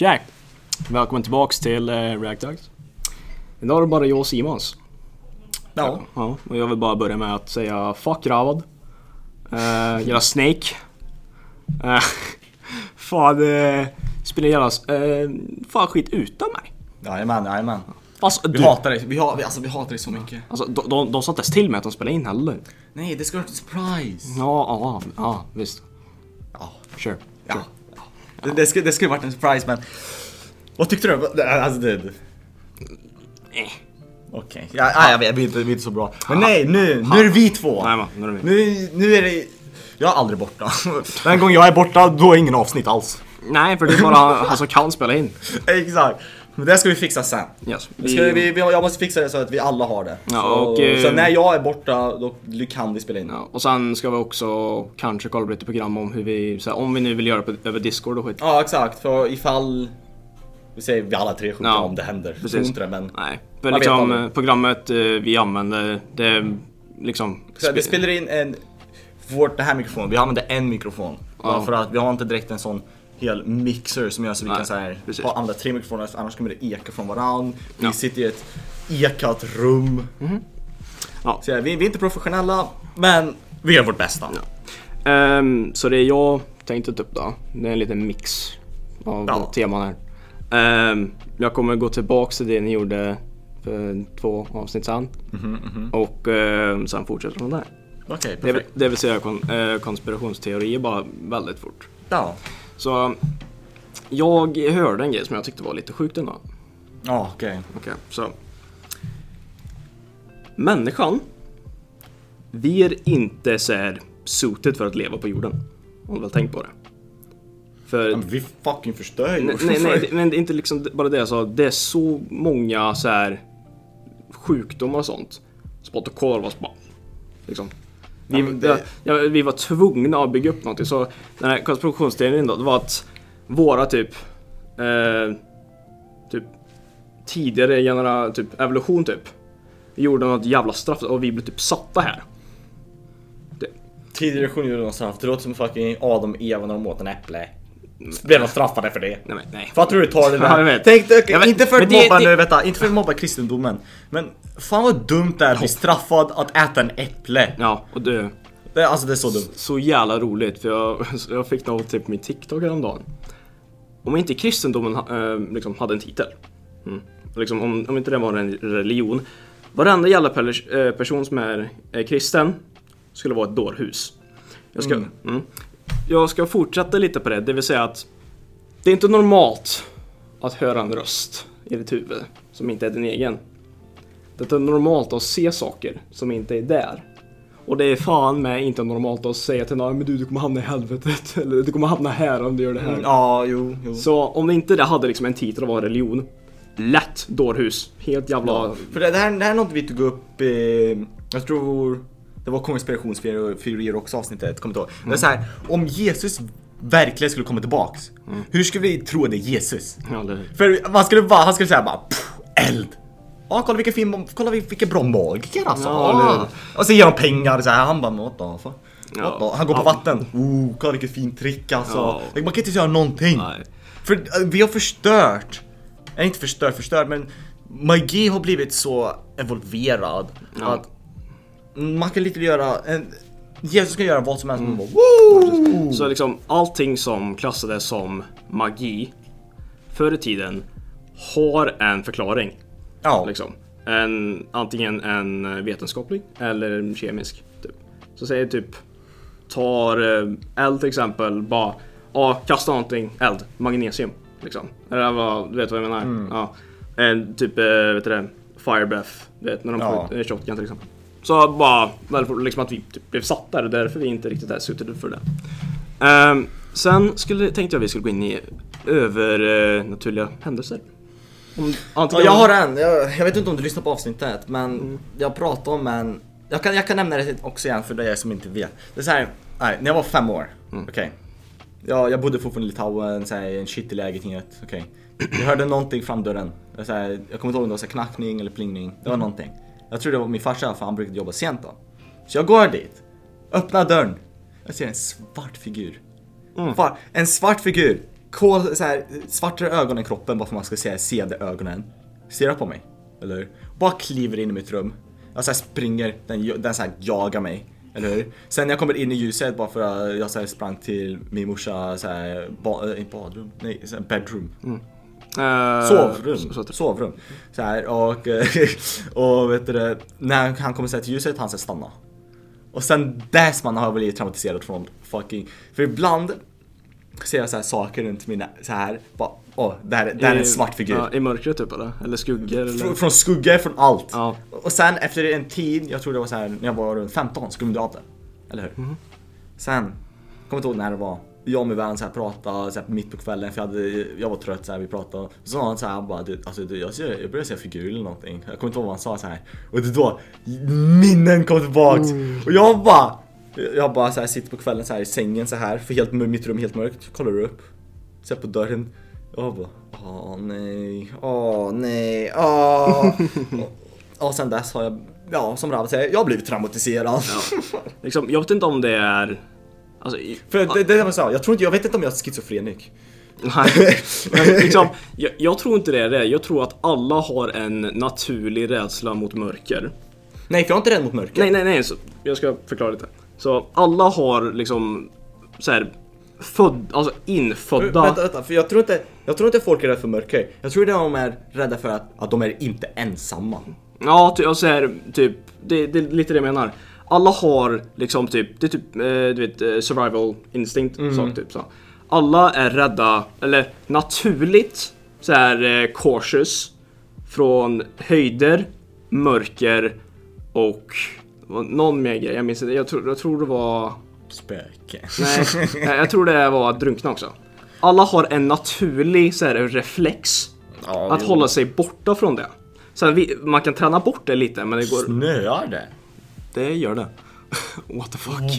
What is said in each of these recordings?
Jack. Välkommen tillbaks till Reactags. Idag är det bara jag och Simons. Ja. Och jag vill bara börja med att säga fuck Ravad. Jävla Snake. Fan, spelar jävla fan skit utan mig. Jajamän. Alltså, Vi hatar det. Vi hatar det så mycket. Alltså, de sa inte ens till mig att de spelar in heller. Nej, det ska vara en surprise. Ja, visst. Ja. Sure. Ja. Det skulle varit en surprise, men vad tyckte du? Alltså det. Okej. Ja, jag vet inte så bra. Men nej, nu är det vi två. Nej, nu är det vi. Nu är det. Jag är aldrig borta. Den gång jag är borta, då är ingen avsnitt alls. Nej, för det är bara han som kan spela in. Exakt. Men det ska vi fixa sen. Yes. Jag måste fixa det så att vi alla har det. Ja, så när jag är borta, då kan vi spela in. Ja, och sen ska vi också kanske kolla på lite program om hur vi, så här, om vi nu vill göra över Discord och skit. Ja, exakt. För ifall vi säger vi alla tre skjuter om det händer. Precis. Så inte det, men nej, för liksom programmet vi använder det liksom så vi spelar in det här mikrofon. Vi använder en mikrofon. För att vi har inte direkt en sån hel mixer som gör så vi kan så här använda 3 mikrofoner, annars kommer det eka från varann. Vi sitter i ett ekat rum. Ja. Så vi är inte professionella, men vi gör vårt bästa. Ja. Så det jag tänkte ta upp då, det är en liten mix av teman här. Jag kommer gå tillbaka till det ni gjorde för 2 avsnitt sedan. Och sen fortsätter från där. Okej, perfekt. Det vill säga konspirationsteorier bara väldigt fort. Ja. Så jag hörde en grej som jag tyckte var lite sjukt ändå. Ja, okej. Så människan, vi är inte så här suited för att leva på jorden. Om du väl tänkt på det. För men vi fucking förstör ju. Nej, men det är inte liksom bara det jag sa. Det är så många så här sjukdomar och sånt. Spott och korv och spott. Liksom. Vi var tvungna att bygga upp någonting. Så den här konspirationsteorin då, det var att våra typ tidigare evolution typ, vi gjorde något jävla straff och vi blev typ satta här. Tidigare gjorde något straff. Det låter som fucking Adam och Eva när de åt en äpple. Blev de straffade för det? Nej. Vad tror du tar det där? Tänk, inte för att mobba nu, inte för att mobba kristendomen. Men fan vad dumt det är att bli straffad att äta en äpple. Ja, och det är så dumt. Så jävla roligt, för jag fick något typ med TikTok häromdagen. Om inte kristendomen liksom hade en titel. Liksom, om inte det var en religion. Varenda jävla person som är kristen skulle vara ett dårhus. Jag ska fortsätta lite på det. Det vill säga att det är inte normalt att höra en röst i ditt huvud som inte är din egen. Det är normalt att se saker som inte är där. Och det är fan med inte normalt att säga till någon, men du kommer hamna i helvetet. Eller du kommer hamna här om du gör det här. Ja, jo. Så om inte det hade liksom en titel av att vara religion, lätt dårhus. Helt jävla... Ja, för det här är något vi tog upp jag tror det var konspirationsteorier också avsnittet, kommer inte ihåg. Det är så här, om Jesus verkligen skulle komma tillbaks, hur skulle vi tro att det är Jesus? Ja, det... För han skulle säga bara eld. Ja, kolla vilka bra magiker alltså. Ja, och så ger de pengar så här, han bara what the fuck? Han går på vatten. Kolla vilket fint trick alltså. Ja. Man kan inte göra någonting. Nej. För vi har förstört. Inte förstört, men magi har blivit så evolverad att man kan lite göra Jesus kan göra vad som helst. Så liksom allting som klassades som magi förr i tiden har en förklaring. Ja. Liksom. Antingen en vetenskaplig eller kemisk typ. Så säger typ tar eld till exempel, bara kasta någonting, eld, magnesium liksom. Eller du vet vad jag menar. Typ vet du det, fire breath, vet när de skjuter shotgun till exempel. Så bara liksom att vi typ blev satt där, och därför vi inte riktigt är suttit för det. Sen tänkte jag vi skulle gå in i övernaturliga händelser. Jag har en. Jag vet inte om du lyssnar på avsnittet, men jag pratar om en. Jag kan nämna det också igen för dig som inte vet. Det är så här, när jag var 5 år. Okej. Jag bodde fortfarande i Litauen, så här, en shitty lägenhet. Okej. Jag hörde någonting fram dörren. Jag kommer inte ihåg om det var så här knackning eller plingning. Det var någonting. Jag tror det var min farsa, för han brukade jobba sent då. Så jag går dit, öppnar dörren. Jag ser en svart figur. En svart figur så här, svartare ögon än kroppen bara för man ska säga se det ögonen. Stirrar på mig, eller hur? Bara kliver in i mitt rum. Jag så här springer, den så här jagar mig, eller hur? Sen när jag kommer in i ljuset bara för att jag så här sprang till min morsa så här badrum, nej, så här bedroom. Sovrum. Så här och vet du, när han kommer så här till ljuset han ska stanna. Och sen dess man har blivit traumatiserad från fucking, för ibland ser jag så här saker runt mina så här bara där är en svart figur. Ja, i mörkret typ eller skuggor eller från skuggor, från allt. Ja. Och sen efter en tid, jag tror det var så här när jag var runt 15, skumde jag av det. Eller hur? Sen kommer inte ihåg när det var. Jag och min vän så här pratade så här mitt på kvällen för jag var trött så här, vi pratade. Så sa han så här bara jag började se figurer eller någonting. Jag kommer inte ihåg vad han sa så här. Och det då minnen kom tillbaks. Och jag bara så här sitter på kvällen så här i sängen så här för helt mitt rum helt mörkt. Kollar upp. Ser på dörren. Jag bara nej. Och sen dess har jag som Rav säger, jag har blivit traumatiserad. Ja. Liksom, jag vet inte om det är alltså, för det jag sa, jag vet inte om jag är schizofrenik. Nej, men liksom, jag tror inte det är det. Jag tror att alla har en naturlig rädsla mot mörker. Nej, för jag är inte rädd mot mörker. Nej, så jag ska förklara lite. Så alla har liksom så här infödda. Vänta, för jag tror inte folk är rädda för mörker. Jag tror att de är rädda för att de är inte ensamma. Ja, jag säger typ det är lite det jag menar. Alla har liksom typ det är typ du vet survival instinct sak typ så. Alla är rädda eller naturligt så här cautious från höjder, mörker och någon mer grej. Jag minns inte. Jag tror det var spöke. Nej, jag tror det var att drunkna också. Alla har en naturlig så här reflex att hålla sig borta från det. Sen man kan träna bort det lite, men det går. Snöar det? Det gör det. What the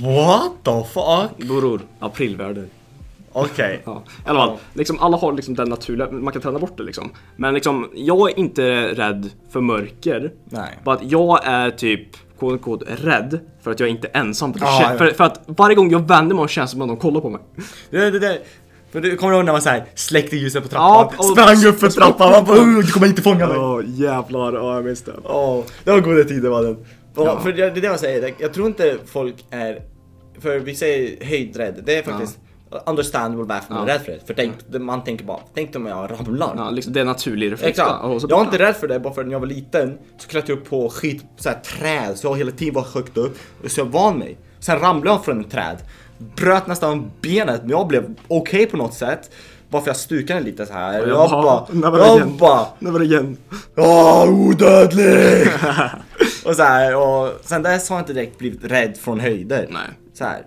fuck? Bror, aprilväder. Okej. Ja. I alla fall, liksom alla har liksom den naturliga, man kan träna bort det liksom. Men liksom jag är inte rädd för mörker. Nej. Bara att jag är typ kod rädd för att jag inte är ensam. För att varje gång jag vänder mig känns det som att de kollar på mig. Det. För du kommer ihåg när man så här släckte ljuset på trappan, sprang upp för trappan, man bara, du kommer inte fånga mig. Jävlar, jag minns det. Det var goda tider var den. För det är det jag säger, jag tror inte folk är, för vi säger höjdrädd, det är faktiskt understandable varför man är rädd för det. För man tänker bara, tänk om jag ramlar. Ja, liksom, det är naturlig reflex. Exakt. Jag var inte rädd för det, bara för när jag var liten så klättrade jag upp på så här träd, så jag hela tiden var högt upp, så jag van mig. Sen ramlade jag från ett träd, bröt nästan benet, men jag blev okej på något sätt. Bara för jag stukade lite så här. Jag bara never again. Odödlig. Och så här, och sen dess har jag inte direkt blivit rädd från höjder. Nej. Så här.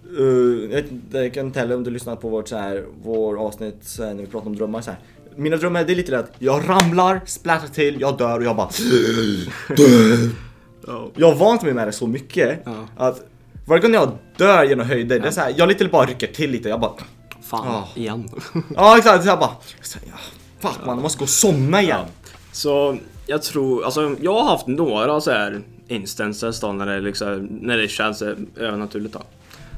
Jag kan inte heller om du lyssnar på vår avsnitt när vi pratar om drömmar så här. Mina drömmar det är lite rätt. Jag ramlar, splattar till, jag dör och jag bara Jag har vant mig med det så mycket att varje gång jag dör genom höjder, det är så här, jag lite bara rycker till lite, jag bara fan igen. Ja, exakt, så jag bara fuck man, jag måste gå och somna igen. Så jag tror, alltså jag har haft några så här instances då när det känns övernaturligt då.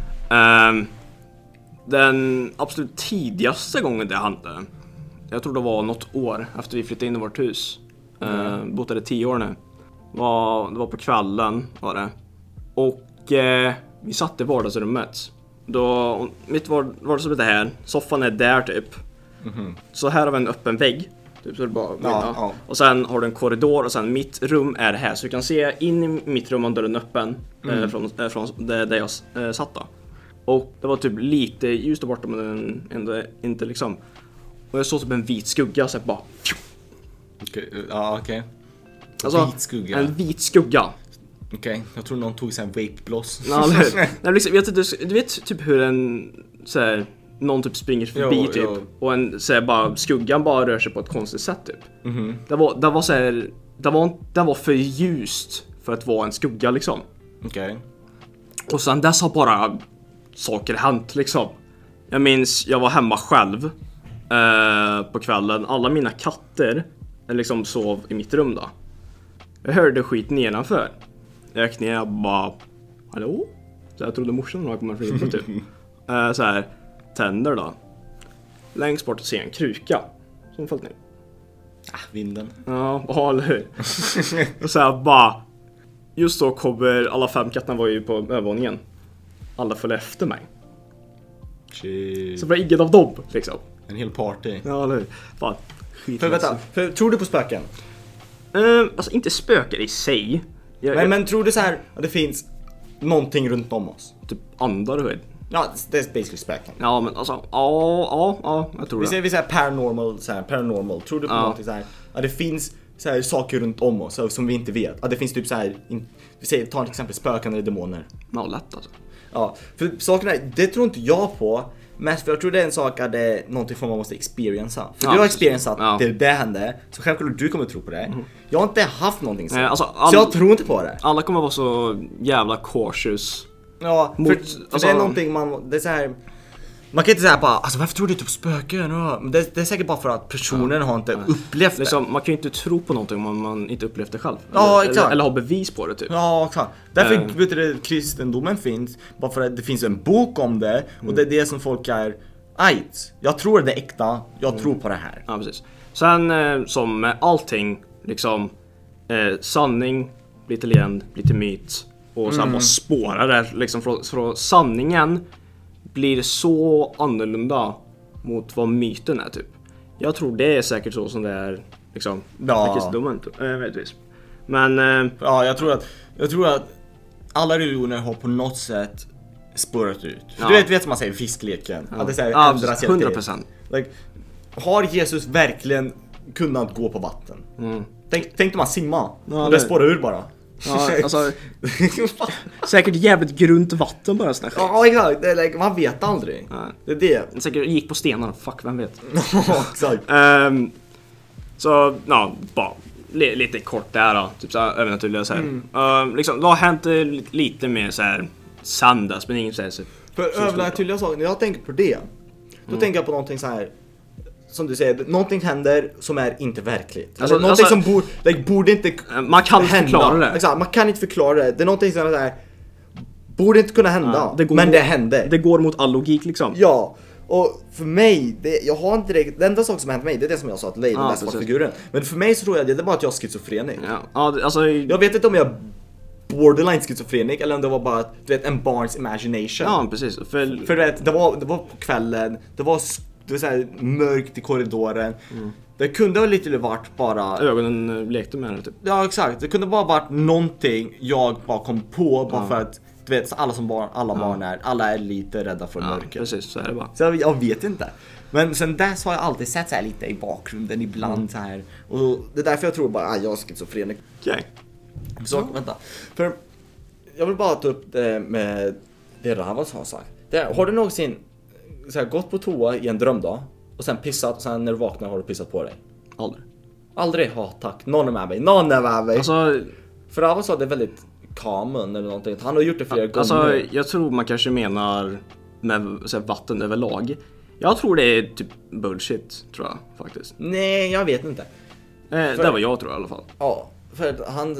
Den absolut tidigaste gången det hände, jag tror det var något år efter vi flyttade in i vårt hus. Bodde det 10 år nu. Det var på kvällen var det. Och vi satt i vardagsrummet. Då mitt vardagsrum är här, soffan är där typ. Så här har vi en öppen vägg. Typ, så det bara, och sen har du en korridor och sen mitt rum är här. Så du kan se in i mitt rum om dörren är öppen från där jag satt då. Och det var typ lite ljus där borta men ändå inte liksom. Och jag såg typ en vit skugga så bara. Okej. Alltså, vit skugga. En vit skugga. Okej, jag tror någon tog sig en vape-bloss. Nej, liksom, du vet typ hur en så här, någon typ springer förbi typ och en så här, bara skuggan bara rör sig på ett konstigt sätt typ. Det var så här, det var för ljust för att vara en skugga liksom. Okej. Och sen dess har bara saker hänt liksom. Jag minns jag var hemma själv på kvällen. Alla mina katter liksom sov i mitt rum då. Jag hörde skit nedanför. Jag gick ner och bara hallå? Så jag trodde morsan var kommit från jobbet typ. Så här tänder då. längst bort ser jag en kruka som fallit ner. Vinden. Ja, eller hur? Och så här bara, just då kommer alla 5 katterna var ju på övervåningen. Alla följde efter mig. Shit. Så var ingen av dem liksom. En hel party. Ja, eller hur? Fan, Tror du på spöken? Alltså inte spöken i sig. Men tror du så här att det finns någonting runt om oss? Typ andar och skit. Ja, det är basically spöken. Ja, men alltså, ja, jag tror det. Vi säger paranormal. Tror du på någonting så här? Att det finns så här saker runt om oss som vi inte vet. Att det finns typ så här, vi säger, ta till exempel spöken eller demoner. Ja, lätt alltså. Ja, för sakerna, det tror inte jag på. Mest för jag tror det är en sak att det är någonting som man måste experiencea. För du har experiencat att det hände. Så självklart du kommer tro på det. Jag har inte haft någonting så. Alltså, så jag tror inte på det. Alla kommer vara så jävla cautious. Ja, för alltså, det är någonting det är så här. Man kan inte säga bara, alltså varför tror du inte på spöken? Men det är säkert bara för att personen har inte upplevt det. Liksom, man kan ju inte tro på någonting om man inte upplevt det själv. Ja, exakt. Eller har bevis på det typ. Ja, exakt. Därför vet du, kristendomen finns. Bara för att det finns en bok om det. Och det är det som folk är jag tror det är äkta. Jag tror på det här. Ja, precis. Sen som med allting, liksom sanning blir till legend, blir till myt. Och sen bara spårar det liksom från sanningen blir så annorlunda mot vad myten är typ. Jag tror det är säkert så som det är liksom kristendomen vet. Men ja, jag tror att alla religioner har på något sätt spårat ut. För du vet som man säger fiskleken. Att det säger 100%. Like, har Jesus verkligen kunnat gå på vatten? Tänkte man simma och det spårar ur bara. Ja, alltså säkert jävligt grunt vatten bara sådär. Ja, exakt. Det är like, man vet aldrig. Det är det. Säkert gick på stenar. Fuck, vem vet. Ja, exakt. Så, bara lite kort där då. Typ så här övernaturliga så här. Liksom, det har hänt lite mer så här sandas, men inget så här. För övernaturliga saker, när jag tänker på det, då tänker jag på någonting så här. Som du säger, någonting händer som är inte verkligt. Alltså, någonting som borde inte man kan inte förklara det. Exakt, man kan inte förklara det. Det är någonting som är så här, borde inte kunna hända, men det hände. Det går mot all logik liksom. Ja, och för mig, jag har inte det enda sak som har hänt mig, det är det som jag sa, att Leila är den figuren. Men för mig så tror jag det är bara att jag är schizofrenik. Alltså, jag vet inte om jag borderline schizofrenik eller om det var bara, du vet, en barns imagination. Ja, precis. För det var på kvällen, det var så här mörkt i korridoren. Det kunde ha lite varit bara ögonen lekte med det typ. Ja, exakt. Det kunde bara varit någonting jag bara kom på bara för att du vet, alla barn är lite rädda för mörker. Precis, så är det bara. Så jag vet inte. Men sen dess har jag alltid sett så här lite i bakgrunden ibland så här, och det är därför jag tror bara jag är schizofrenik. Okej. Så vänta. För jag vill bara ta upp det med det Ravas har sagt. Har du någonsin så här, gått på toa i en drömdag och sen pissat och sen när du vaknar har du pissat på dig? Aldrig? Ja, tack. Någon är med mig. Alltså, för Ravas sa det är väldigt common eller någonting. Han har gjort det flera gånger. Alltså, jag tror man kanske menar med så här, vatten överlag. Jag tror det är typ bullshit, tror jag faktiskt. Nej, jag vet inte. Det var jag tror i alla fall. Ja, för han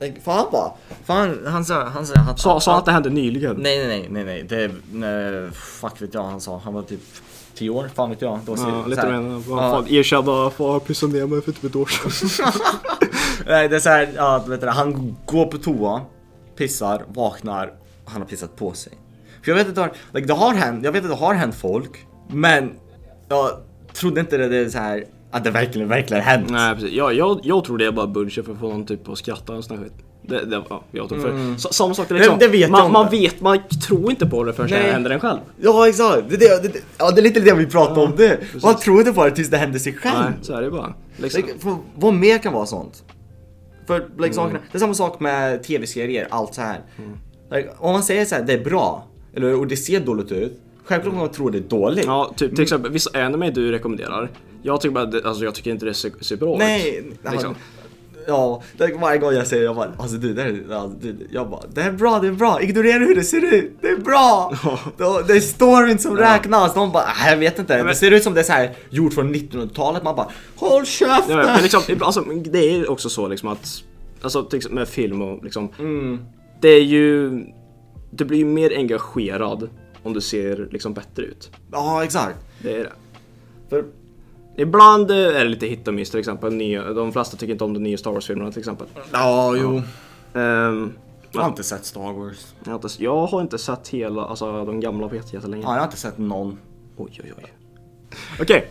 sa att det hände nyligen. Nej. Fuck vet jag, han var typ 10 år, fan vet jag. Lite mer. Erkända för pissa ner mig för typ ett år sedan. Nej, det är så här, vet du, han går på toa, pissar, vaknar, han har pissat på sig. För jag vet inte, det har hänt, jag vet att det har hänt folk, men jag trodde inte det är så här att det verkligen hänt. Nej, precis. Jag tror det är bara bullshit för att få någon typ att skratta och sånt skit. Jag tror för samma sak liksom. Det vet man tror inte på det förrän det händer en själv. Ja, exakt. Det är lite det vi pratar om det. Man tror inte på det tills det händer sig själv. Nej, så är det bara. Liksom. Vad mer kan vara sånt? För sakerna, det är samma sak med tv-serier, allt så här. Om man säger så här, det är bra och det ser dåligt ut. Självklart man tror det är dåligt. Ja, typ till exempel vissa anime du rekommenderar. Jag tycker inte det är superbra. Nej, liksom. Ja, varje gång jag säger jag bara, alltså det är bra, ignorera hur det ser ut, det är bra. Det är storyn som räknas. De bara, jag vet inte, det ser ut som det är så här gjort från 1900-talet. Man bara, håll käften. Men liksom, alltså, det är också så liksom att, alltså till exempel med film och liksom, det är ju, du blir ju mer engagerad om du ser liksom bättre ut. Ja, exakt. Det är det. För ibland är det lite hit och miss, till exempel. De flesta tycker inte om de nya Star Wars-filmerna till exempel. ja, jo. Jag har Ja. inte sett Star Wars. Jag har inte sett hela, alltså de gamla på jättelänge. Ja, jag har inte sett någon. Oj. Okej.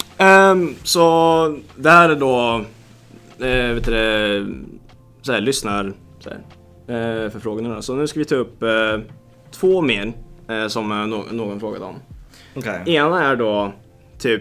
Så det här är då vet du det, så här, lyssnar så här, förfrågningarna. Så nu ska vi ta upp 2 mer som någon frågade om. Okej. Ena är då typ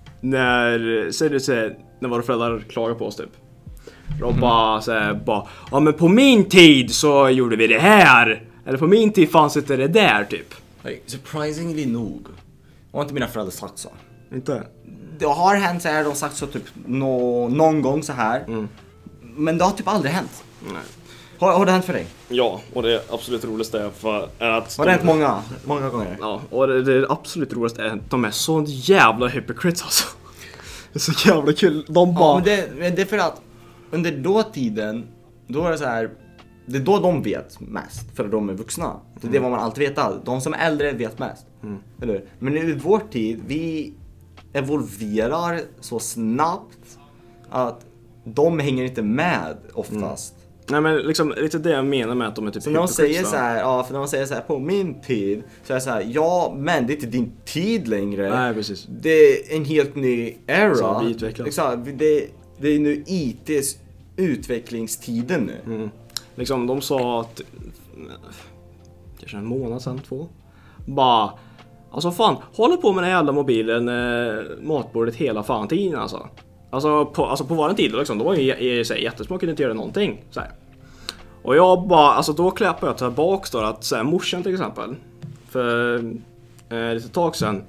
när våra föräldrar klagar på oss typ. De bara såhär, ja men på min tid så gjorde vi det här. Eller på min tid fanns inte det där typ. Surprisingly nog har inte mina föräldrar sagt så. Inte? Det har hänt så här, de har sagt så typ någon gång så här. Men det har typ aldrig hänt. Nej. Har det hänt för dig? Ja, och det absolut roligaste är att Har det hänt många gånger? Ja, och det absolut roligaste är att de är så jävla hypocrites alltså. Det är så jävla kul. De bara... Ja, men det är för att under dåtiden, då är det så här, det är då de vet mest, för att de är vuxna. Det är vad man alltid vet. De som är äldre vet mest. Eller? Men i vår tid, vi evolverar så snabbt att de hänger inte med oftast. Nej men liksom lite det jag menar med att de är typ Så när de säger så här, ja, för när de säger så här på min tid, så är det så här, ja, men det är inte din tid längre. Nej, precis. Det är en helt ny era. Så vi utvecklas. Exakt, det är nu ITs utvecklingstiden nu. Liksom de sa att kanske en månad sedan, 2. Bara alltså fan, håller på med den jävla mobilen matbordet hela fan tiden alltså. Alltså på våran tid liksom, då var ju så här jättesmå, kunde inte göra någonting så här. Och jag bara, alltså då klappar jag tillbaks då att så här, morsan till exempel för lite tag sedan,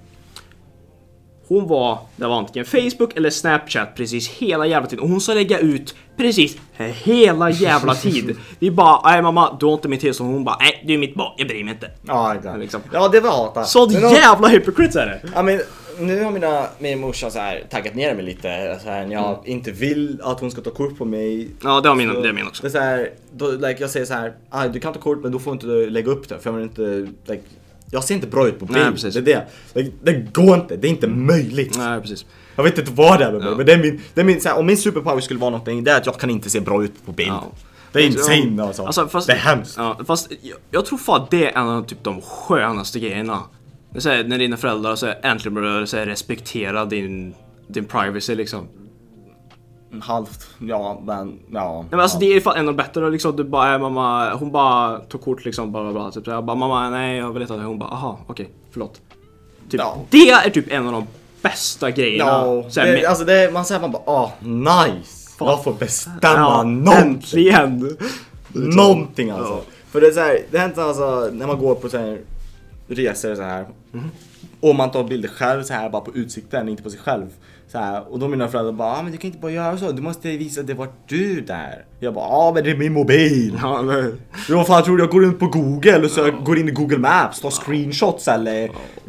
det var antingen Facebook eller Snapchat precis hela jävla tiden. Och hon ska lägga ut precis hela jävla tid. Vi bara, nej mamma, du har inte min tid. Så hon bara, nej du är mitt barn, jag bryr mig inte. Ja, exakt. Liksom. Ja, det var hata. Så jävla hypocrites är det. Ja, men nu har min morsa så här taggat ner mig lite så här, när jag inte vill att hon ska ta kort på mig. Ja, det är min också. Det är så här, då, like, jag säger så här, du kan ta kort men då får inte du lägga upp det, för jag vill inte, like, jag ser inte bra ut på bild. Nej, precis. Det är det. Like, det går inte, det är inte möjligt. Nej, precis. Jag vet inte vad det är med mig, men det är min så här, om min superpower skulle vara någonting, det är att jag kan inte se bra ut på bild. Ja. Det är insane alltså. Fast, det är hemskt. Ja, fast jag tror fan det är en av typ de skönaste grejerna. Det är så här, när dina föräldrar så här, äntligen börjar så här, respektera din privacy liksom. Halvt, ja, men ja. Nej, men alltså det är fan ännu bättre liksom, du bara, mamma, hon bara tog kort liksom, bara typ så jag bara, mamma, nej jag vill inte att hon bara, aha, okej, förlåt. Typ, det är typ en av de bästa grejerna. Alltså man säger man bara, nice. Jag får bestämma någonting. Äntligen. Någonting alltså. För det är så här, det händer alltså när man går på så här resor så här. Och man tar bilder själv så här bara på utsikten, inte på sig själv. Så här, och då mina föräldrar bara, men du kan inte bara göra så. Du måste visa att det var du där. Jag bara, men det är min mobil. Ja, men... Vad fan tror du? Jag går runt på Google och så går in i Google Maps, tar screenshots eller...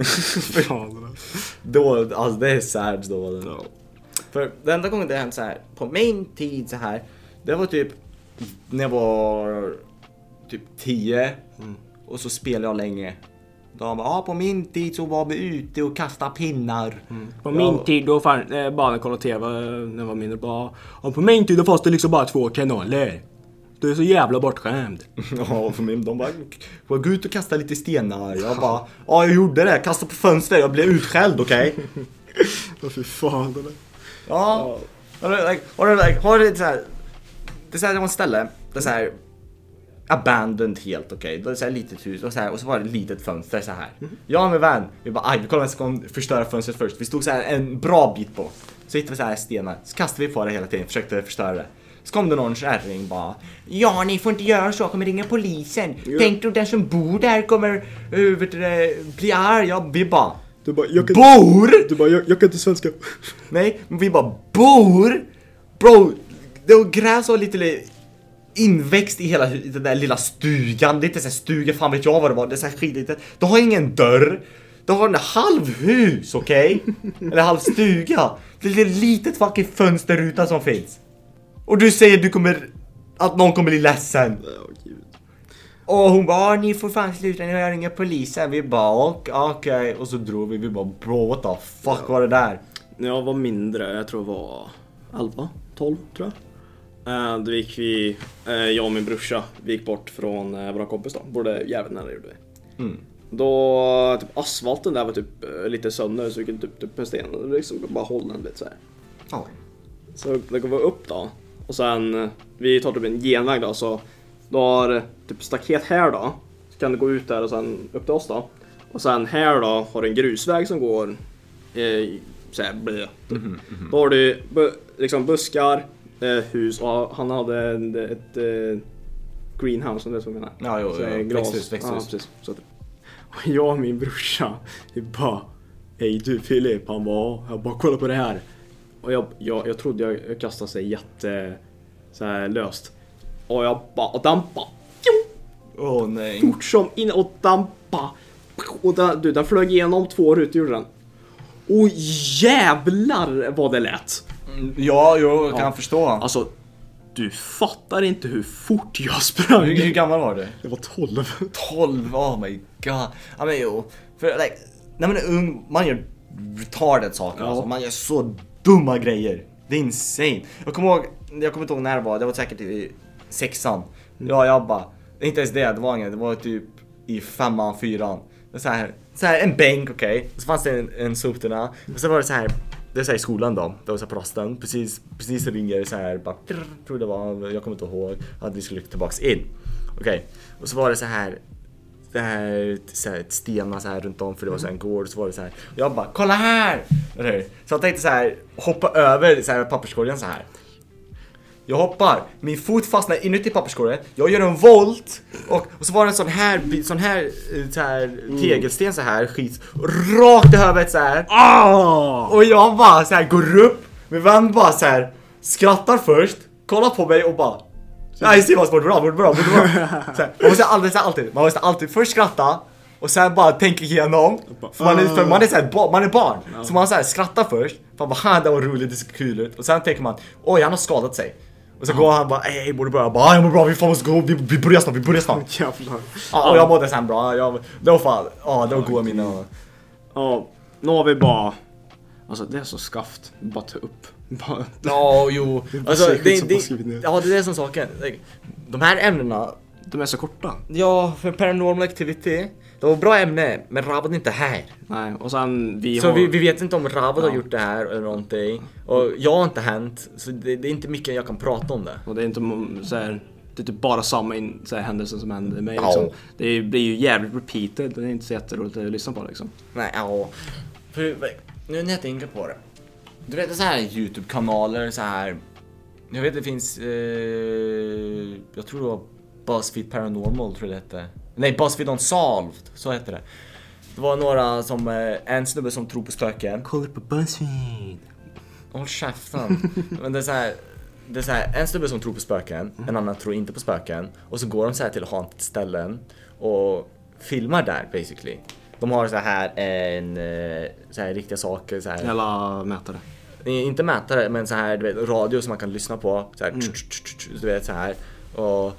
Då, alltså det är sad då. För den enda gången det hände så här, på min tid så här, det var typ när jag var typ 10 och så spelade jag länge. De bara, på min tid så var vi ute och kastade pinnar. På min tid då fanns bara kolla tv när jag var mindre. Bara, och på min tid då fanns det liksom bara 2 kanaler. Du är så jävla bortskämd. Ja, för mig, de bara, gå ut och kasta lite stenar. Jag bara, jag gjorde det, kasta på fönster, jag blev utskälld, okej? Vad fy fan det där. Ja. Har det så här, det är så här, det var ett ställe, det är så här abandoned helt, okej. Det är så här litet hus och så var det ett litet fönster så här. Jag och min vän, vi bara, vi kollar om vi ska förstöra fönstret först. Vi stod så här en bra bit på. Så hittade vi så här stenar, så kastade vi på det hela tiden, försökte förstöra det. Så kom det någon kärring bara, ja ni får inte göra så, kommer ringa polisen. Tänk då den som bor där kommer bli arg. Ja, vi bara, du bara, jag kan inte svenska. Nej, men vi bara, bor? Bro, det var gräs och lite inväxt i hela den där lilla stugan. Det är inte så här stuga, fan vet jag vad det var. Det är så här skitigt. Du har ingen dörr. Du har en halvhus, okej? Eller halv stuga. Det är ett litet fucking fönsterruta som finns. Och du säger att någon kommer bli ledsen. Och hon bara, ni får fan sluta, ni har inga polisen. Vi bara, okej. Och så drog vi bara, bro, what the fuck var det där? när jag var mindre, jag tror jag var 11, 12 tror jag. Då gick vi, jag och min brorsa, vi gick bort från våra kompis då. Både jävligt nära gjorde vi. Då, typ asfalten där var typ lite sönder, så vi kunde typ en sten och liksom bara hålla den lite så här. Ja. Så det går vi upp då. Och sen, vi tar typ en genväg då, så då har typ staket här då. Så kan du gå ut där och sen upp till oss då. Och sen här då har du en grusväg som går så här, Då har du liksom buskar, hus, och han hade ett greenhouse, om det är så jag menar. Ja, jo, växthus. Ja, precis. Så att, och jag och min brorsa, vi bara, hej du Filip, han bara, jag bara kolla på det här. Och jag trodde jag kastade sig jätte så här löst. Och jag bara, och den bara, åh nej. fort som in, och den bara, och den flög igenom 2 rutor, gjorde den. Och jävlar vad det lät. Ja, jag kan förstå. Alltså, du fattar inte hur fort jag sprang. Hur gammal var du? Jag var 12. 12, oh my god. Ja men jo, för like, när man är ung, man gör retarded saker, alltså. Man gör så dumma grejer. Det är insane. Jag kommer inte ihåg när det var säkert i 6:an. Jag bara, inte ens det var inget, det var typ i 5:an, 4:an. Så här en bänk, okej. Så fanns det en sopterna. Och så var det så här, det var så här i skolan då. Det var så här på rasten. Precis så ringer det så här, bara, tror det var, jag kommer inte ihåg att vi skulle tillbaks in. Okej. Och så var det så här stenar så här runt om, för det var så här en gård, så var det så här. Jag bara, kolla här. Så jag tänkte så här, hoppa över så här papperskorgen så här. Jag hoppar, min fot fastnar inuti papperskorgen. Jag gör en volt och så var det en sån här tegelsten så här skit rakt i huvudet så här. Och jag bara så här går upp. Min vän bara så här skrattar först, kollar på mig och bara, nej, se vad bra. Så här, man måste alltid först skratta och sen bara tänka igenom. För man är så här, man är barn. Så man så här skrattar först. Man bara, det var roligt, det ser kul ut. Och sen tänker man, oj, han har skadat sig. Och så går han bara, hej, borde börja. Bara, jag mår bra, vi måste gå, vi börjar snart. Jävlar. Och jag mådde sen bra. Det var fan, det var goda minnen. Ja, nu har vi bara, alltså det är så skaft, bara ta upp. Ja, jo. Alltså, det är det som saken. De här ämnena, de är så korta. Ja, för Paranormal Activity, det var bra ämne, men Ravad är inte här. Nej, och sen vi vet inte om Ravad har gjort det här eller någonting. Och jag har inte hänt, så det är inte mycket jag kan prata om det. Och det är inte så här, det är typ bara samma så här händelser som händer med mig liksom. Det blir ju jävligt repeated, det är inte så jätteroligt att lyssna på liksom. Nej, för nu när jag tänker på det. Du vet, så här YouTube-kanaler så här. Jag vet det finns jag tror det var BuzzFeed Paranormal, tror jag det hette. Nej, BuzzFeed Unsolved, så heter det. Det var några som, en snubbe som tror på spöken. Kolla på BuzzFeed. Håll käften. Men det är så här, en snubbe som tror på spöken, en annan tror inte på spöken. Och så går de så här till haunted ställen och filmar där, basically. De har så här så här riktiga saker så här. Eller mätare. Inte mätare, men så här, du vet, radio som man kan lyssna på så här, du vet, så här. Och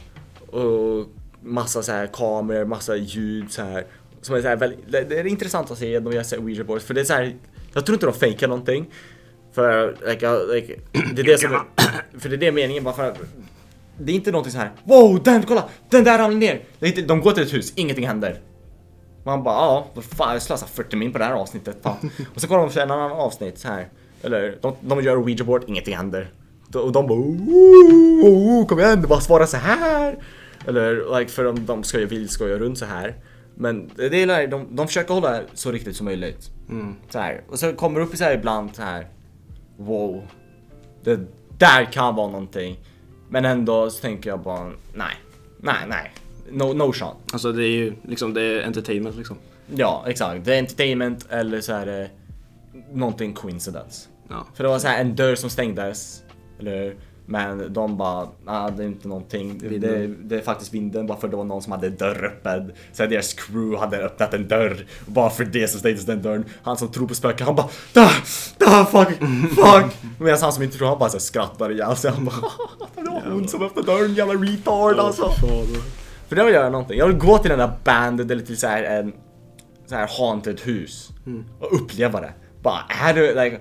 massa så här kameror, massa ljud så här. Som är så här det är intressant att se när vi har Ouija boards, för det är så här, jag tror inte de fejkar någonting. För det är det som för det är det meningen, bara för det är inte någonting så här. Wow, kolla, den där ramlar ner. Det är inte, de går till ett hus, ingenting händer. Man bara, vad fan, jag slösar 40 min på det här avsnittet. Och så kollar de på en annan avsnitt så här. Eller de gör Ouija board, ingenting händer. Och de bara, kom igen, bara svara så här. Eller för de ska ju runt så här. Men det är de försöker hålla så riktigt som möjligt. Så här. Och så kommer det upp så här ibland så här. Wow, det där kan vara någonting. Men ändå så tänker jag bara, nej. No shot. Alltså det är ju liksom, det är entertainment liksom. Ja, exakt. Det är entertainment eller så är det någonting coincidence. Ja. För det var så här en dörr som stängdes. Eller, men de bara, det är inte någonting. Det är faktiskt vinden, bara för det var någon som hade dörr öppen. Så här, deras crew hade öppnat en dörr. Bara för det så stängdes den dörren. Han som tror på spöken, han bara, fuck. Medan han som inte tror, han bara så skrattar ihjäl sig. Han bara, det var hon som öppnade dörren, jävla retard alltså. För det vill göra någonting. Jag vill gå till den där bandet eller till så här en så här haunted hus och uppleva det. Bara, är du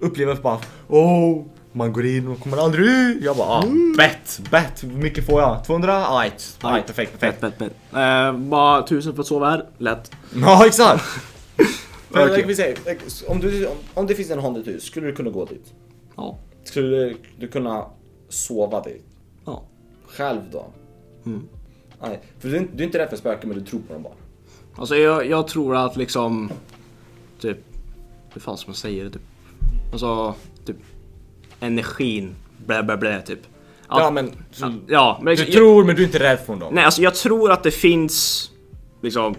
upplever bara man går in och kommer aldrig ut. Jag bara, bet. Hur mycket får jag? 200? Aj, perfekt. Bet. Bara 1000 för att sova här. Lätt. Ja, exakt. Okay. Vi säger, om det finns en haunted hus, skulle du kunna gå dit? Ja. Skulle du kunna sova dit? Ja. Själv då? Nej, för du är inte rädd för spöken, men du tror på dem bara. Alltså jag tror att liksom typ, hur fan ska man säga det typ? Alltså typ energin blä typ. Men men du tror, men du är inte rädd för dem. Nej, alltså jag tror att det finns liksom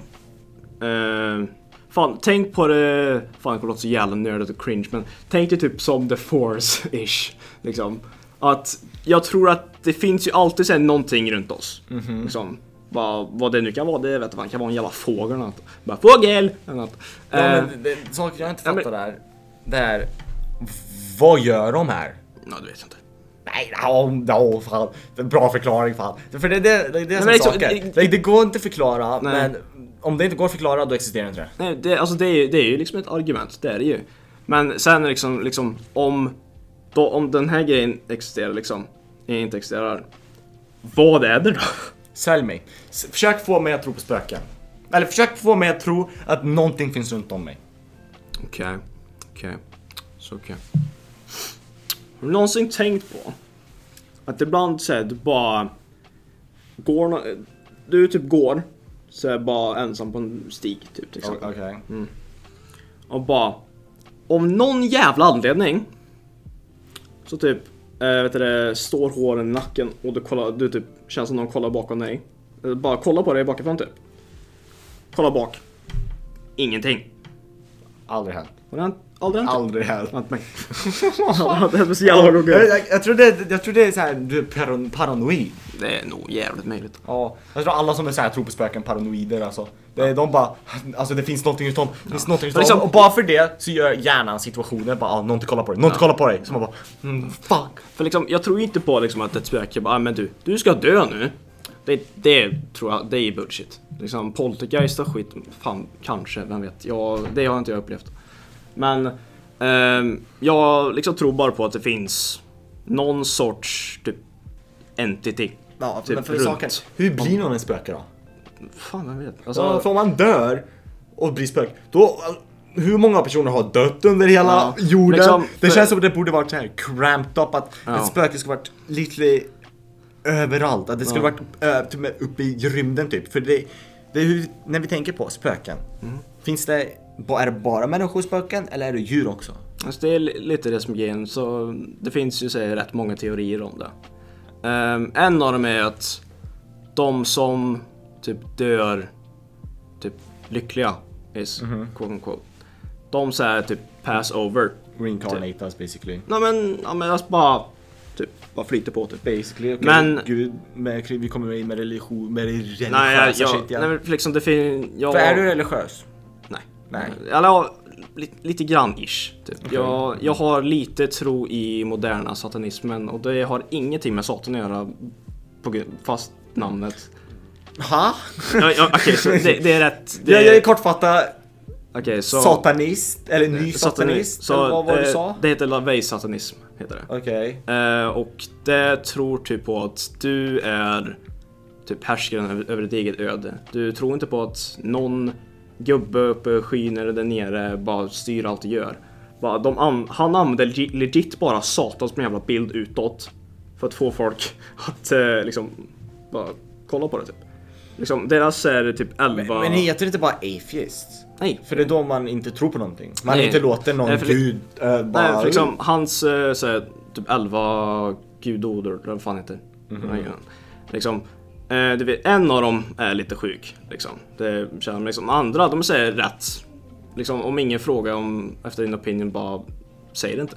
fan, tänk på det. Fan, det låter så jävla nördigt och cringe, men tänk dig typ som The Force-ish liksom. Att jag tror att det finns ju alltid så här någonting runt oss. Liksom. Vad det nu kan vara, det vet jag, kan vara en jävla fågel eller något. Bara fågel eller något. Men saker jag inte fattar där. Det är vad gör de här? Ja, det vet jag inte. Nej, fan. Det är en bra förklaring, fan. För det är som saker. Det går inte att förklara, men om det inte går att förklara, då existerar inte det. Nej, det är ju liksom ett argument, det är det ju. Men sen liksom om den här grejen existerar liksom, inte existerar, vad är det då? Sälj mig. Försök få mig att tro på spöken. Eller försök få mig att tro att någonting finns runt om mig. Okej. Så okej. Har du någonsin tänkt på att ibland så här, du bara går, du typ går så är bara ensam på en stig typ till exempel. Okej. Och bara om någon jävla anledning så typ står håren i nacken och du typ känns som någon kollar bakom dig. Bara kolla på dig bakifrån typ. Kolla bak. Ingenting. Aldrig hänt. Aldrig hänt. mig. Det är så jävla roligt. Jag tror det är så här, du är paranoid. Det är nog jävligt möjligt. Ja, jag tror alla som är så här tror på spöken paranoider alltså. De bara, alltså det finns någonting utom, liksom, och bara för det så gör hjärnan situationen bara, någon kollar på dig, så man bara, fuck. För liksom, jag tror inte på liksom att ett spöke bara, men du ska dö nu. Det tror jag, det är bullshit. Liksom poltergeist och skit, fan, kanske, vem vet. Det har inte jag upplevt. Men jag liksom tror bara på att det finns någon sorts typ entity. Ja, typ men för saken, hur blir någon en spöke då? Fan, vem vet. Alltså, för om man dör och blir spök, då hur många personer har dött under hela jorden? Liksom, det känns som att det borde varit så här cramped up, att ett spöke skulle varit lite överallt, att det skulle varit typ uppe i rymden typ. För det är hur, när vi tänker på spöken, finns det, är det bara människospöken eller är det djur också? Alltså det är lite det som är grejen, så det finns ju rätt många teorier om det. En av dem är att de som typ dör typ lyckliga is quote unquote, de så här typ pass over, reincarnatas basically. Men alltså bara flyter på typ basically, okay. Men Gud, vi kommer in med religion, med religiösa shit. Nej, men liksom det finns För är du religiös? Nej. Eller lite grann ish typ. Okay. Jag har lite tro i moderna satanismen, och det har ingenting med satan att göra fast namnet. Ha? Okej, så det är rätt. Jag är kortfatta. Okej, så satanist eller ny satanist, så eller vad du sa? Det heter lavej-satanism heter det. Okej. Och det tror typ på att du är typ härskaren över ditt eget öde. Du tror inte på att någon gubbe uppe i skyn eller där nere bara styr allt du gör. Han använder legit bara Satan som en jävla bild utåt för att få folk att liksom bara kolla på det typ. Liksom, deras är typ 11. Men heter det inte bara atheist? Nej. För det är då man inte tror på någonting. Man inte låter någon gud bara... Nej, för liksom, hans såhär, typ 11 gudodor, eller vad fan heter. Liksom, en av dem är lite sjuk liksom. Det känner man liksom. Andra, de säger rätt liksom, om ingen frågar om efter din opinion, bara säger det inte.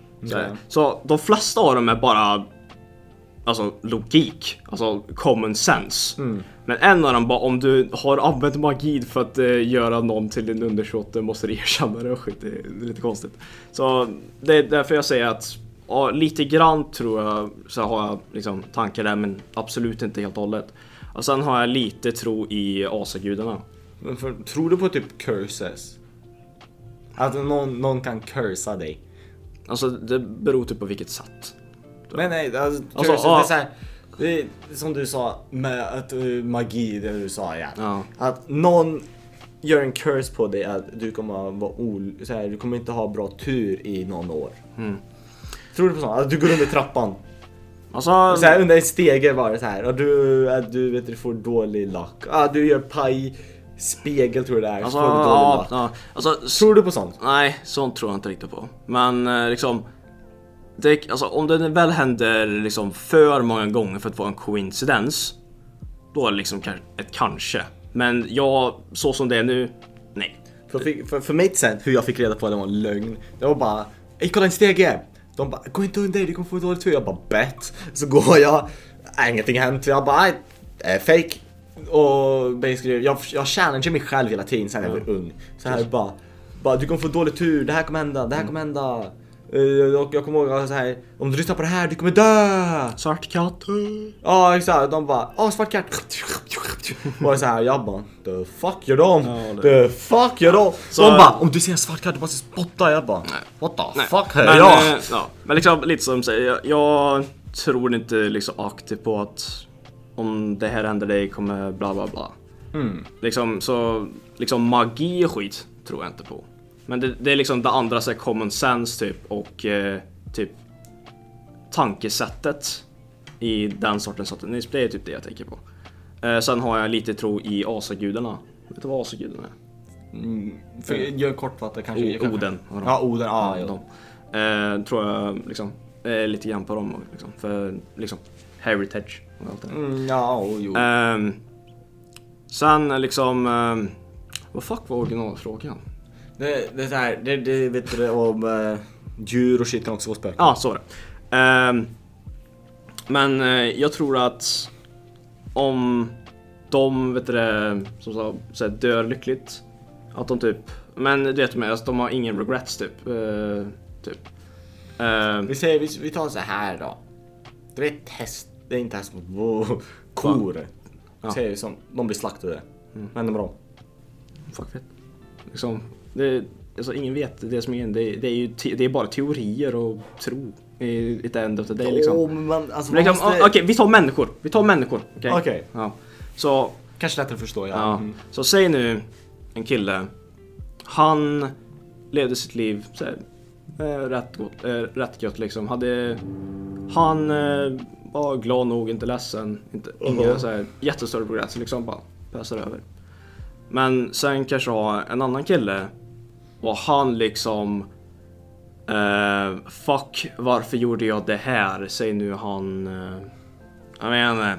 Så de flesta av dem är bara alltså logik, alltså common sense. Men en av dem bara, om du har använt magi för att göra någon till din undersåte, måste du erkänna det och skit. Det är lite konstigt. Så det är därför jag säger att lite grann tror jag så har jag liksom tankar där, men absolut inte helt och hållet. Och sen har jag lite tro i asagudarna. Men tror du på typ curses? Att någon kan cursa dig? Alltså det beror typ på vilket sätt. Men nej, alltså, det är så här, det är som du sa med att magi, det du sa igen. Ja. Att någon gör en curse på dig att du kommer vara så här, du kommer inte ha bra tur i någon år. Tror du på sånt? Att du går under trappan. Alltså, Så här, under en stege var det så här, och du vet du får dålig luck. Du gör paj spegel tror jag det är. alltså, Får du dålig luck. ja, alltså, Tror du på sånt? Nej, sånt tror jag inte riktigt på. Men liksom alltså, om det väl händer liksom för många gånger för att vara en coincidens, då är det liksom ett kanske. Men så som det är nu, nej. För mig sen, hur jag fick reda på att det var en lögn, det var bara, kolla en stege. De bara, gå inte under, du kommer få dåligt tur. Jag bara, bet. Så går jag, ingenting hänt. Jag bara, fake. Och basically, jag challengear mig själv hela tiden sen jag var ung. Så här bara, du kommer få dåligt tur, det här kommer hända. Och jag kommer ihåg så här, om du lyssnar på det här, du kommer dö. Svart katt. Ja, exakt. De bara, svart katt. Och så här, jag bara, the fuck gör de? The fuck gör de? Så de bara, om du ser en svart katt, du måste spotta. Jag bara, what the fuck hör jag? Men liksom, lite som säger, jag tror inte liksom aktivt på att om det här händer dig kommer bla bla bla. Liksom, så liksom magi och skit tror jag inte på. Men det är liksom det andra, så här, common sense typ, och typ tankesättet i den sortens satanism, det är typ det jag tänker på. Sen har jag lite tro i asagudarna. Vet du vad asagudarna är? Gör kortfattat kanske. Oden. Ja, Oden, ja. Tror jag liksom lite grann på dem liksom, för liksom heritage och allt det. Sen liksom vad fuck var originalfrågan? Det är så här, det vet du om djur och shit kan också vara spöken. Ja, så är det. Men jag tror att om de vet du, som så dör lyckligt, att de typ, men du vet med, alltså, de har ingen regrets typ. Vi tar så här då. Det är ett test, det är inte test mot kor. Säger som de blir slaktade. Men de fuck vet. Liksom alltså ingen vet det som är det är bara teorier och tro i ett end of the day liksom. Okej, vi tar människor. Okej. Ja. Så kanske lättare att förstå, Så säg nu en kille, han levde sitt liv så här, rätt gott liksom. Han var glad nog, inte ledsen, inga så här jättestora progress liksom, bara passar över. Men sen kanske ha en annan kille och han liksom fuck, varför gjorde jag det här? Säg nu han jag menar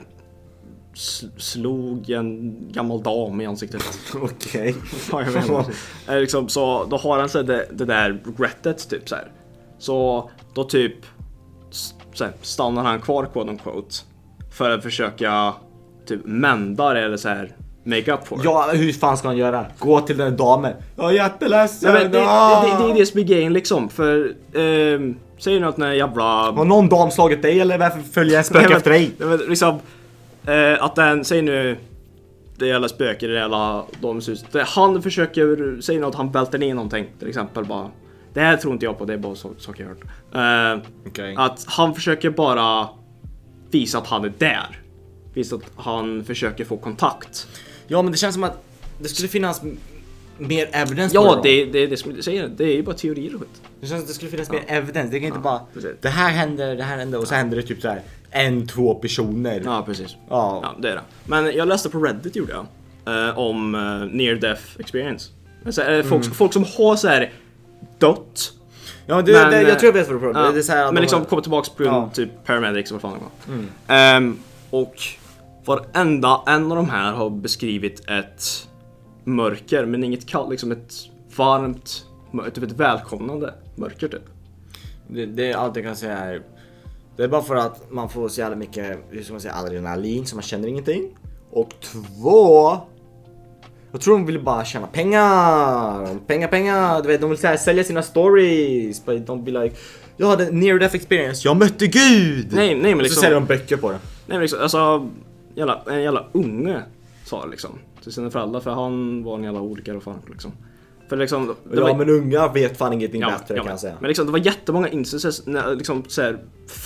slog en gammal dam i ansiktet. Okej. Ja, jag menar. Liksom, så då har han så det där regrettet typ så här. Så då typ så här, stannar han kvar quote unquote för att försöka typ mända det eller så här make up for. Ja, hur fan ska han göra? Gå till den damen. Jag är jätteledsen. Nej, men det är det som är grejen liksom. För säger nu att när jävla har någon dam slagit dig eller varför följer en spök efter dig? Men liksom att den säger nu det gäller spöker, det gäller domshus. Han försöker säga något, han välter ner någonting till exempel bara. Det här tror inte jag på, det är bara saker jag hört. Okay. Att han försöker bara visa att han är där. Visa att han försöker få kontakt. Ja, men det känns som att det skulle finnas mer evidence. Ja, det är det som du säger. Det är ju bara teorier och skit. Det känns att det skulle finnas mer evidence. Det kan inte bara det här händer och så händer det typ så här 1-2 personer. Ja, precis. Ja, det är det. Men jag läste på Reddit gjorde jag om near death experience. Alltså, folk som har så här dött. Ja, men jag tror jag vet vad du pratar om. Det är så här men liksom kommer tillbaka på typ paramedics och vad fan det var. Och varenda en av de här har beskrivit ett mörker, men inget kallt, liksom ett varmt, typ ett välkomnande mörker typ. Det är allt jag kan säga här. Det är bara för att man får så jävla mycket, hur ska man säga, adrenalin så man känner ingenting. Och 2, jag tror de vill bara tjäna pengar. Du vet, de vill så här, sälja sina stories. But don't be like, jag hade near death experience, jag mötte Gud. Nej, men liksom så säljer de böcker på det. Nej, men liksom, alltså en jävla unge sa det liksom till sina föräldrar, för han var en jävla olyckare och fan liksom. För liksom, men unga vet fan ingenting bättre kan jag säga. Men liksom, det var jättemånga instances när, liksom, så här,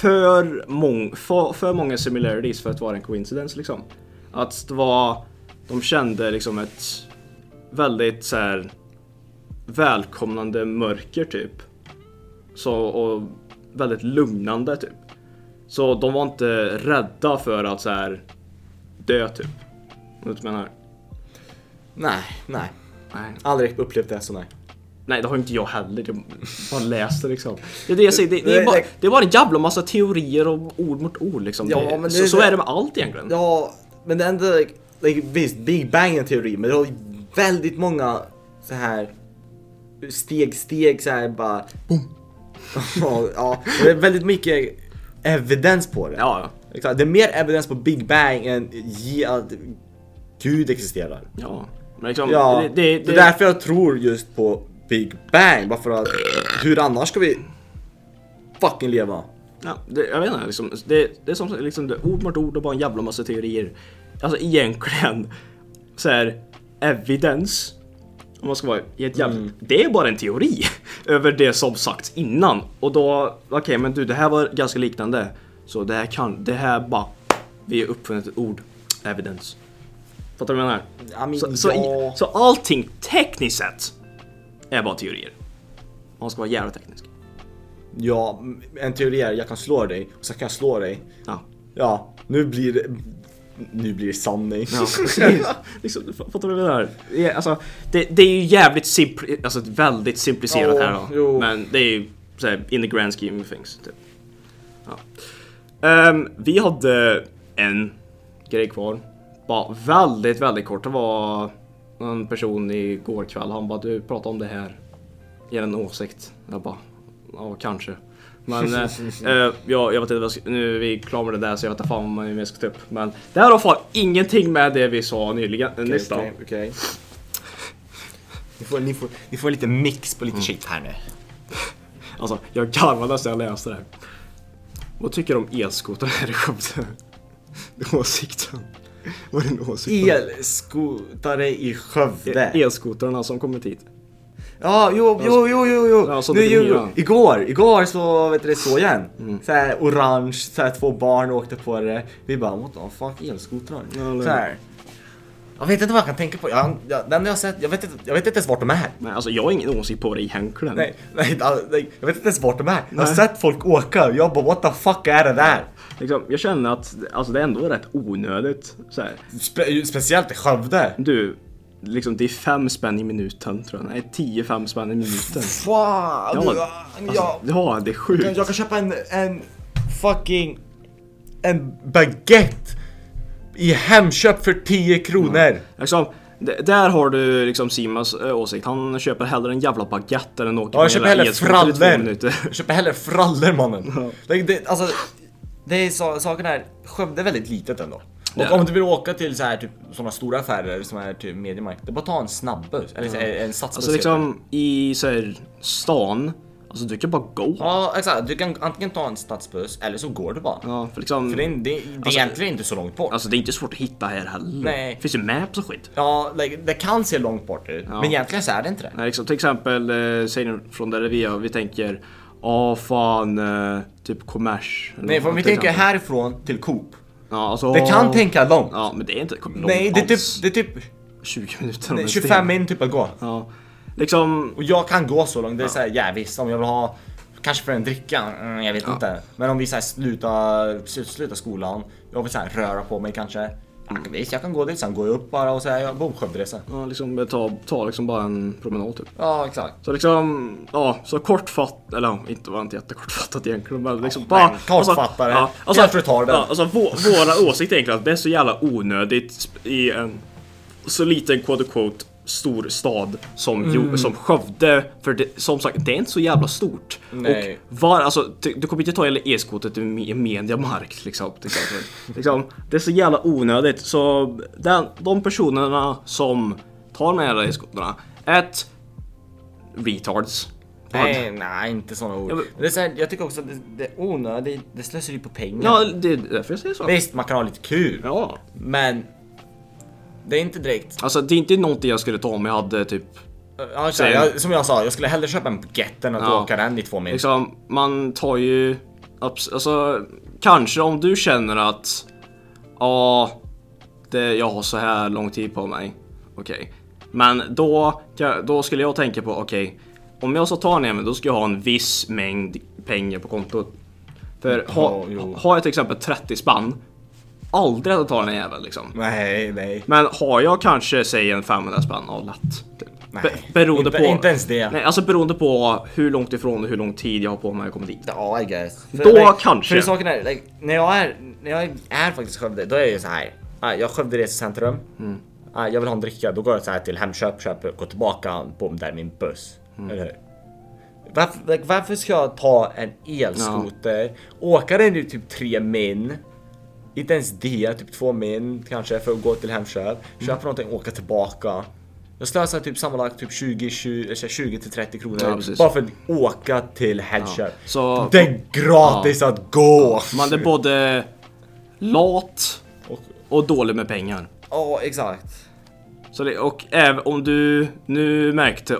för många similarities för att vara en coincidence liksom. Att det var, de kände liksom ett väldigt så här välkomnande mörker typ. Så, och väldigt lugnande typ. Så de var inte rädda för att så här dö typ. Vad du menar? Nej. Aldrig upplevt det så nej. Nej, det har inte jag heller. Jag bara läste liksom. Det är det jag säger. Det är bara en jävla massa teorier och ord mot ord liksom. Ja, men så är det med allt egentligen. Ja, men det enda visst, Big Bang är en teori, men det har väldigt många så här steg så här bara boom. Ja, det är väldigt mycket evidens på det. Ja. Exakt. Det är mer evidens på Big Bang än att Gud existerar. Ja. Men liksom, det är därför jag tror just på Big Bang. Bara för att hur annars ska vi fucking leva? Ja, jag vet inte, liksom, det är som liksom, det ord mot ord och bara en jävla massa teorier. Alltså egentligen så här, evidens, om man ska vara i ett jävla, det är bara en teori över det som sagts innan. Och då, okej, men du, det här var ganska liknande. Så det här bara, vi har uppfunnit ett ord, evidens. Fattar du vad jag menar? Så allting tekniskt sett är bara teorier. Man ska vara jävla teknisk. Ja, en teori är jag kan slå dig och så kan jag slå dig. Ja, nu blir det sanning. Ja, liksom, fattar du vad jag menar? Alltså, det är ju jävligt väldigt simplicerat här då. Jo. Men det är ju så här, in the grand scheme of things typ. Ja. Vi hade en grej kvar. Bara väldigt, väldigt kort. Det var en person igår kväll. Han bara, du pratar om det här. Ger en åsikt. Jag bara, ja kanske. Men jag vet inte, nu är vi klara med det där så jag vet inte fan vad man ska ta upp. Men det här har fan ingenting med det vi sa nyligen. Okej. Ni får lite mix på lite shit här nu. Alltså, jag garvade nästan jag läste det här. Vad tycker du om elskotrar här i Skövde? Åsikten. Vad är din åsikt? Elskotare i Skövde. Elskotrarna som kommit hit. Ja, jo. Ja, igår så vet du det så igen. Så här orange, så här 2 barn åkte på det. Vi bara, what the fuck, elskotrar. Så här. Jag vet inte vad jag kan tänka på. Den jag har sett, jag vet inte ens vart de är. Nej, alltså jag har ingen åsikt på det egentligen. Nej, jag vet inte ens vart de är. Jag har sett folk åka. Jag bara, what the fuck är det där? Liksom, jag känner att alltså, det är ändå rätt onödigt så här. Speciellt i Skövde. Du, liksom det är 5 spänn i minuten tror jag. Nej, 10-5 spänn i minuten. Fan. Ja, det är sjukt. Jag kan köpa en fucking en baguette i Hemköp för 10 kronor. Liksom, där har du liksom Simas åsikt. Han köper hellre en jävla baguette än åker. Ja, jag köper hellre frallor. Jag köper hellre frallor, mannen. Alltså, det är saken här. Skövde är väldigt litet ändå. Och om du vill åka till så här typ såna stora affärer som är typ Mediamarkt, det är bara att ta en snabbuss eller en stadsbuss. Alltså liksom i så här stan, alltså du kan bara gå. Ja, exakt. Du kan antingen ta en stadsbuss eller så går du bara. Ja, för liksom för det är egentligen inte så långt bort. Alltså det är inte svårt att hitta här heller. Nej. Det finns ju maps och skit. Ja, det kan se långt bort ut, men egentligen så är det inte det. Nej, liksom, till exempel säger från där vi tänker typ kommers. Nej, för vi tänker härifrån till Coop. Ja, alltså, det kan tänka långt. Ja, men det är inte långt. Nej, det är typ 20 minuter. 25 min typ att gå. Ja. Liksom, och jag kan gå så långt. Det är så här, visst, om jag vill ha kanske för en dricka, jag vet inte. Men om vi så här slutar skolan, jag vill så här röra på mig kanske. Visst, jag kan gå dit, sen går jag upp bara och säger jag bor Skövderesa. Ja, liksom ta liksom bara en promenad typ. Ja, exakt. Så liksom, så kortfattat, eller inte var inte jättekortfattat egentligen, men liksom bara kortfattare. Alltså våra åsikter egentligen att det är så jävla onödigt i en så liten quote-unquote stor stad som Skövde, för det, som sagt det är inte så jävla stort. Nej. Och alltså du kommer inte ta hela e-skotet i Mediamarkt liksom, liksom det är så jävla onödigt, så de personerna som tar med hela e-skoterna retards. Nej, inte såna ord. Det är så här, jag tycker också att det är onödigt, det slösar ju på pengar. Ja, det är därför jag säger så. Visst, man kan ha lite kul. Ja. Men det är inte direkt. Alltså det är inte någonting jag skulle ta om jag hade typ Ja, som jag sa, jag skulle hellre köpa en baguette än att åka den i 2 mil. Liksom, man tar ju... Alltså, kanske om du känner att... jag har så här lång tid på mig. Okej. Men då skulle jag tänka på, om jag så tar ner mig, då ska jag ha en viss mängd pengar på kontot. För har jag till exempel 30 spann, aldrig att ta den jäveln liksom. Nej. Men har jag kanske, säg en 500 spann av lätt. Beroende på... Inte ens det. Nej, alltså beroende på hur långt ifrån och hur lång tid jag har på mig att komma dit. Ja, I guess. Då kanske. För saken är, när jag är faktiskt Skövde, då är det ju så här. Jag Skövde resecentrum. Jag vill ha en dricka, då går jag så här till Hemköp, går tillbaka på där min buss. Eller hur? Varför ska jag ta en elskoter, åka den i typ 3 min, inte ens det, typ 2 min kanske, för att gå till Hemköp, köpa någonting, åka tillbaka. Jag slösar typ sammanlagt typ 20-30 kronor bara för att åka till Hemköp. Så det är gratis att gå. Man är både lat och dålig med pengar. Ja, exakt. Så det, och även om du nu märkte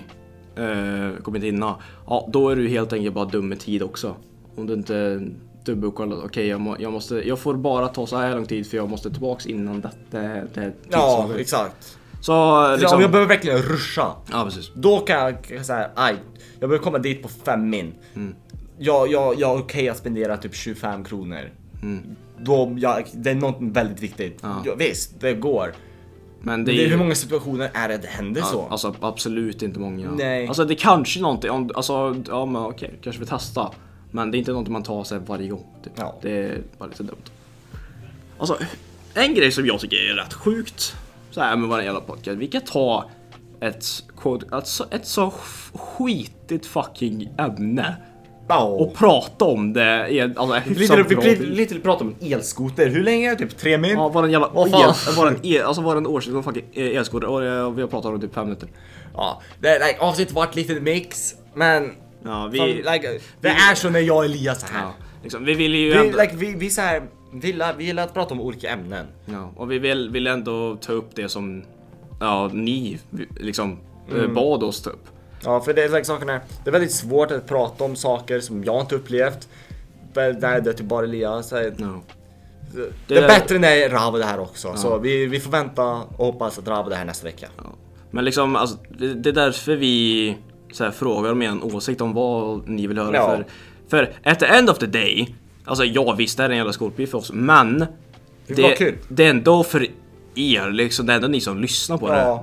kommer inte inna, då är du helt enkelt bara dum med tid också. Om du inte dubbelkollar, jag får bara ta så här lång tid för jag måste tillbaks innan det ja, exakt. Så liksom, om jag behöver verkligen ruscha. Ja, precis. Då kan jag säga, jag behöver komma dit på 5 min. Jag okej att spendera typ 25 kronor. Då det är något väldigt viktigt. Visst, det går. Men det är hur många situationer är det händer så? Alltså absolut inte många. Nej. Alltså det kanske någonting, kanske vi testar. Men det är inte något man tar sig varje gång typ. Det är bara lite dumt. Alltså en grej som jag tycker är rätt sjukt så här med varje jävla podcast. Vi kan ta ett så skitigt fucking ämne och prata om det. Lite prata om en elskoter. Hur länge är det? Typ 3 min? Ja, var en årsida fucking elskoter och vi har pratat om typ 5 minuter. Ja, det avsnitt vart lite mix, men det är så när jag och Elias är här. Ja, liksom, vi vill ju vi så här vi gillar att prata om olika ämnen. Ja, och vi vill ändå ta upp det som ni liksom bad oss ta upp. Ja, för det är saken är, det är väldigt svårt att prata om saker som jag inte upplevt. Där det är typ bara Elias. Det är bättre när Rav är det här också. Så vi får vänta och hoppas att Rav är det här nästa vecka. Ja. Men liksom, alltså, det är därför vi så här, frågar om en åsikt om vad ni vill höra. För at the end of the day, alltså visst det är en jävla skolpil för oss, men det är ändå för er, liksom, det är ändå ni som lyssnar på det.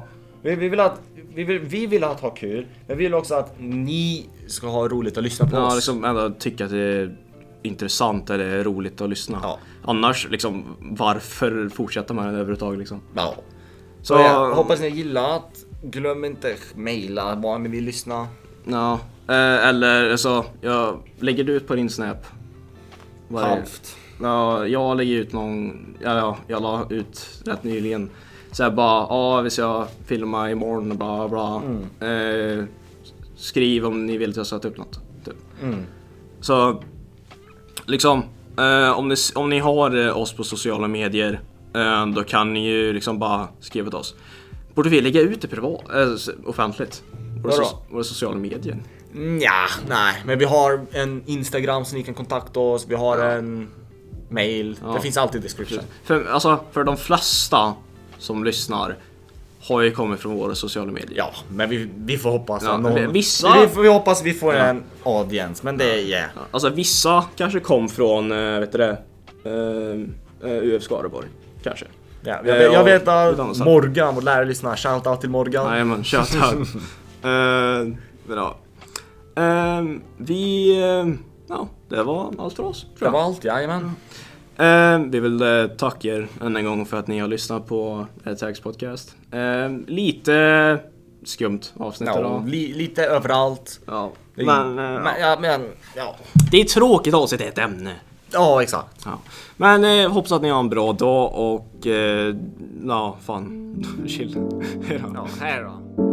Vi vill ha kul, men vi vill också att ni ska ha roligt att lyssna på oss. Ja, liksom ändå tycka att det är intressant eller roligt att lyssna. Ja. Annars, liksom, varför fortsätta med det överhuvudtaget liksom? Ja. Så jag hoppas ni gillar att. Glöm inte mejla bara ni vill lyssna. Ja, eller så jag lägger ut på din Snap. Halvt. Ja, jag lägger ut jag la ut rätt nyligen. Så jag bara, vi ska filma imorgon och bla bla. Skriv om ni vill att jag sätta upp något typ. Så liksom om ni har oss på sociala medier, då kan ni ju liksom bara skriva till oss. Borde vi lägga ut det privat, offentligt? Våra sociala medier? Nej, men vi har en Instagram så ni kan kontakta oss. Vi har en mail. Det finns alltid i description. För de flesta som lyssnar har ju kommit från våra sociala medier. Ja, men vi får hoppas vi hoppas vi får en audience, men det är Alltså vissa kanske kom från UF Skaraborg kanske. Ja, jag vet att Morgan, vår lärare, lyssnar. Shoutout till Morgan. Nej, men shoutout. Det var allt för oss. Det var allt, jajamän. Vi vill tacka er en gång för att ni har lyssnat på Tags podcast. Lite skumt avsnitt idag. Lite överallt. Ja. Men det är tråkigt avsnitt, ett ämne. Ja, exakt. Ja. Men hoppas att ni har en bra dag och chill. Hej då.